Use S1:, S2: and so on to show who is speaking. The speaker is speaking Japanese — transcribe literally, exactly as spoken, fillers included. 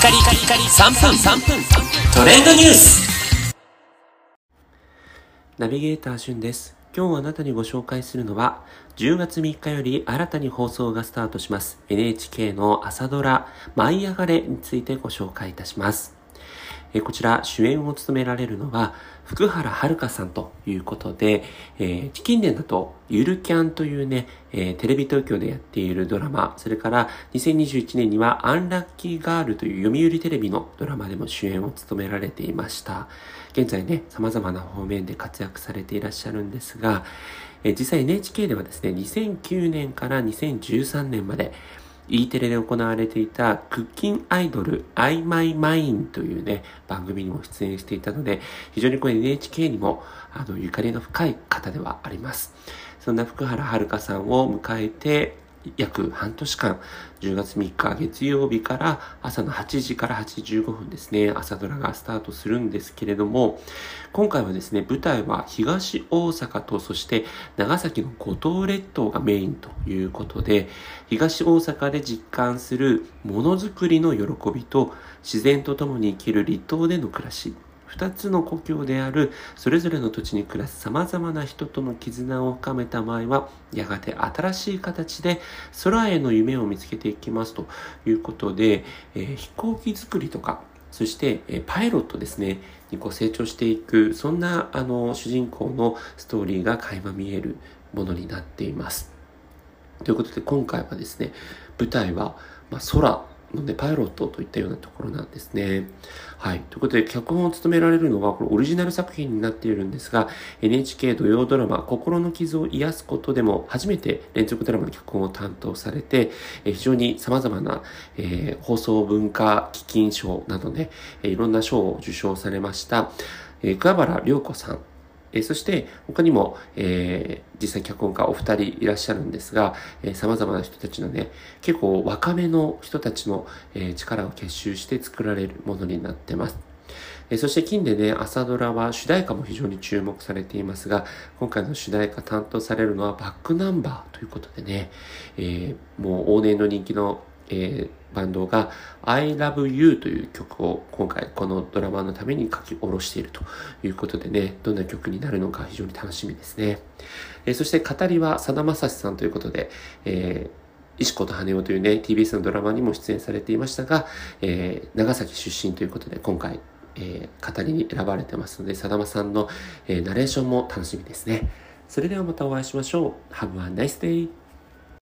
S1: カリカリカリさんぷんさんぷんトレンドニュース。
S2: ナビゲーターしゅんです。今日あなたにご紹介するのはじゅうがつみっかより新たに放送がスタートします エヌエイチケー の朝ドラ舞いあがれについてご紹介いたします。えこちら主演を務められるのは福原遥さんということで、えー、近年だとゆるキャンというね、えー、テレビ東京でやっているドラマ、それからにせんにじゅういちねんにはアンラッキーガールという読売テレビのドラマでも主演を務められていました。現在ね、様々な方面で活躍されていらっしゃるんですが、えー、実際 エヌエイチケー ではですね、にせんきゅうねんからにせんじゅうさんねんまでE テレで行われていたクッキンアイドル I My Mind というね番組にも出演していたので、非常にこう エヌエイチケー にもあのゆかりが深い方ではあります。そんな福原遥さんを迎えて約半年間、じゅうがつみっか月曜日から朝のはちじからはちじじゅうごふんですね、朝ドラがスタートするんですけれども、今回はですね、舞台は東大阪とそして長崎の五島列島がメインということで、東大阪で実感するものづくりの喜びと自然とともに生きる離島での暮らし、二つの故郷であるそれぞれの土地に暮らす様々な人との絆を深めた舞は、やがて新しい形で空への夢を見つけていきますということで、えー、飛行機作りとか、そして、えー、パイロットですねにこう成長していく、そんなあの主人公のストーリーが垣間見えるものになっています。ということで今回はですね、舞台は、まあ、空のでパイロットといったようなところなんですね。はい。ということで、脚本を務められるのは、これオリジナル作品になっているんですが、エヌエイチケー 土曜ドラマ、心の傷を癒すことでも、初めて連続ドラマの脚本を担当されて、え非常に様々な、えー、放送文化基金賞などね、えー、いろんな賞を受賞されました、えー、桑原涼子さん、えー、そして他にも、えー、実際脚本家お二人いらっしゃるんですが、えー、様々な人たちのね、結構若めの人たちの、えー、力を結集して作られるものになってます。えー、そして近年ね、朝ドラは主題歌も非常に注目されていますが、今回の主題歌担当されるのはバックナンバーということでね、えー、もう往年の人気のえー、バンドが I Love You という曲を今回このドラマのために書き下ろしているということでね、どんな曲になるのか非常に楽しみですね。えー、そして語りはさだまさしさんということで、えー石子と羽男というね ティービーエス のドラマにも出演されていましたが、えー、長崎出身ということで今回、えー、語りに選ばれてますので、さだまさんの、えー、ナレーションも楽しみですね。それではまたお会いしましょう。Have a nice day!